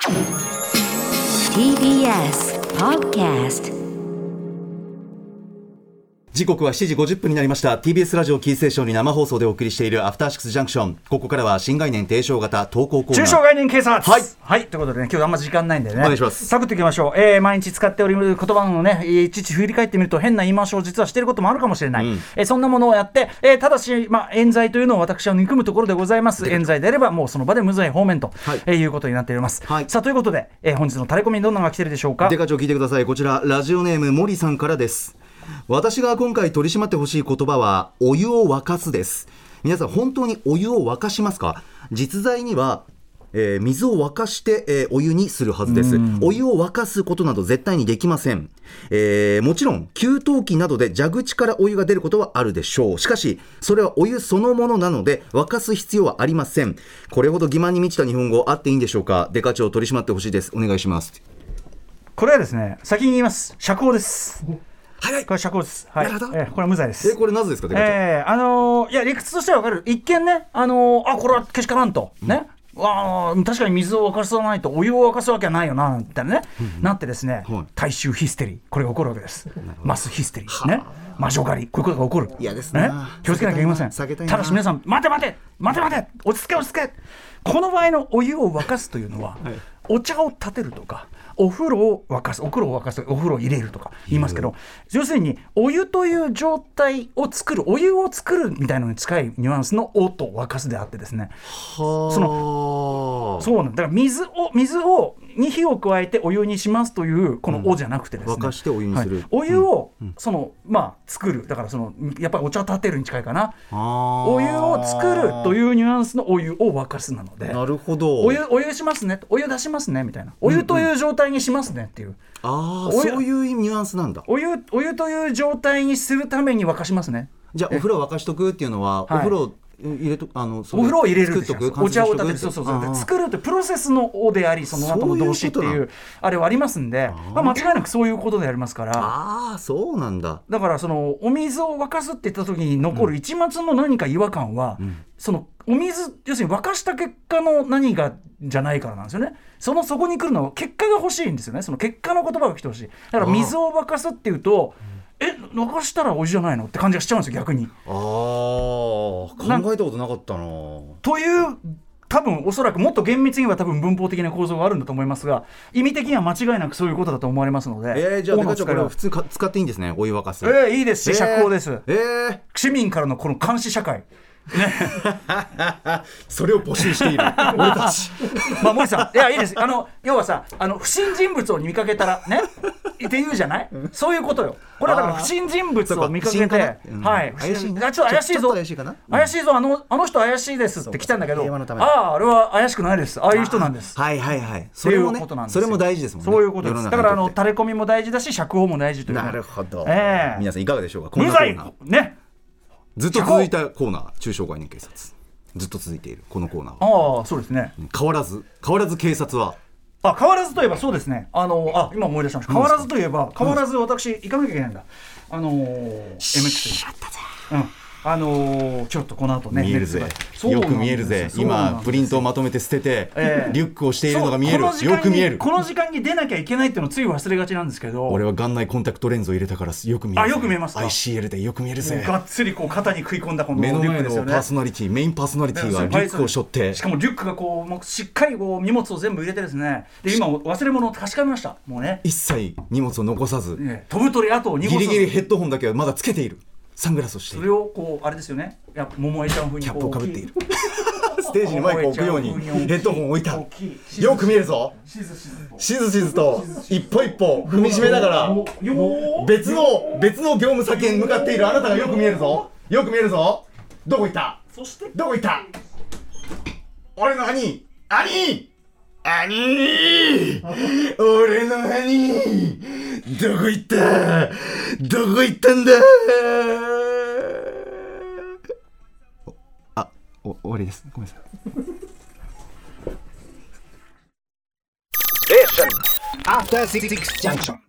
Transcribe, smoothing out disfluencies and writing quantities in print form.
TBS Podcast。 時刻は7時50分になりました。 TBS ラジオキーステーションに生放送でお送りしているアフターシックスジャンクション。ここからは新概念提唱型投稿コーナー、 中小概念警察。 はい、 はい、ということでね、今日あんま時間ないんでね、 お願いします。 サクッといきましょう。毎日使っておりる言葉のね、いちいち振り返ってみると変な言い回しを実はしていることもあるかもしれない、そんなものをやって、ただし、冤罪というのを私は憎むところでございます。冤罪であればもうその場で無罪放免と、いうことになっております、さあということで、本日のタレコミどんなのが来てるでしょうか。 デカ長聞いてください。こちらラジオネーム森さんからです。私が今回取り締まってほしい言葉はお湯を沸かすです。皆さん本当にお湯を沸かしますか？実在には水を沸かして、お湯にするはずです。お湯を沸かすことなど絶対にできません。もちろん給湯器などで蛇口からお湯が出ることはあるでしょう。しかしそれはお湯そのものなので沸かす必要はありません。これほど欺瞞に満ちた日本語あっていいんでしょうか。デカ長取り締まってほしいです。お願いします。 これはですね、先に言います。釈放です。 はい、 これ釈放です。はい、 なるほど。 これは無罪です。 これなぜですか。デカ長、 いや理屈としては分かる。一見ね、これはけしからんと、ね、確かに水を沸かさないとお湯を沸かすわけはないよなみたいなね、なってですね、大衆ヒステリー、これが起こるわけです。マスヒステリーね、魔女狩り、こういうことが起こる。 嫌ですね。 気をつけなきゃいけません。ただし皆さん待て落ち着け。この場合のお湯を沸かすというのは、お茶を立てるとかお風呂を沸かすお風呂を入れるとか言いますけど、要するにお湯という状態を作る、お湯を作るみたいなのに近いニュアンスのおと沸かすであってですね、そうなんだ。だから水に火を加えてお湯にしますというこのおじゃなくてですね、 沸かしてお湯にする、 お湯を作る、だからやっぱりお茶を立てるに近いかな。お湯を作るというニュアンスのお湯を沸かすなので、 なるほど。 お湯しますね、お湯出しますねみたいな、お湯という状態にしますねっていう、 そういうニュアンスなんだ。 お湯という状態にするために沸かしますね。 じゃあお風呂沸かしとくっていうのは、お風呂入れとお風呂を入れるってお茶を立てる、 そう作るってプロセスのおであり、その後の動詞っていうあれはありますんで、間違いなくそういうことでありますから。 そうなんだ。 だからお水を沸かすって言った時に残る一末の何か違和感は、そのお水、要するに沸かした結果の何がじゃないからなんですよね。そこに来るのは結果が欲しいんですよね。その結果の言葉が来てほしい。だから水を沸かすっていうと、沸かしたらお湯じゃないのって感じがしちゃうんですよ、逆に。 考えたことなかったなという、多分おそらくもっと厳密には多分文法的な構造があるんだと思いますが、意味的には間違いなくそういうことだと思われますので、 じゃあデカ長これ普通使っていいんですね、お湯沸かす。 いいですし、釈放です。市民からのこの監視社会ね、 それを募集している俺たち森さん、いいです。要はさ、不審人物を見かけたらねって言うじゃない、そういうことよ。これはだから不審人物を見かけて、怪しいな、ちょっと怪しいぞ、怪しいぞ、あの人怪しいですって来たんだけど、あれは怪しくないです、ああいう人なんです。 それもね、それも大事ですもんね。 そういうことです。だからタレコミも大事だし、釈放も大事という。 なるほど。皆さんいかがでしょうか。 無罪ね、ずっと続いたコーナー、中小概念警察、ずっと続いているこのコーナーは。 そうですね。 変わらず警察は変わらずといえばそうですね。今思い出しました。変わらずといえば、変わらず私行かなきゃいけないんだ。MX やったぜ。ちょっとこの後ね、 見えるぜ、よく見えるぜ。今プリントをまとめて捨てて、リュックをしているのが見える。よく見える。 この時間に出なきゃいけないっていうのをつい忘れがちなんですけど、 俺は眼内コンタクトレンズを入れたからよく見える。 よく見えますか。 ICL でよく見えるぜ。 がっつり肩に食い込んだこの目の前のパーソナリティ、メインパーソナリティがリュックを背負って、 しかもリュックがもうしっかり荷物を全部入れてですね、で今忘れ物を確かめました。もうね、 一切荷物を残さず、 飛ぶ鳥跡をギリギリヘッドホンだけはまだつけている。サングラスをしている。 それをあれですよね、桃江ちゃん風にキャップをかぶっているステージにマイクを置くようにヘッドホンを置いた。よく見えるぞ。しずと一歩一歩踏みしめながら別の業務先へ向かっているあなたがよく見えるぞ。どこ行った。どこ行った。俺の兄俺の兄どこ行ったんだ。終わりです。ごめんなさい。 After 66 junction.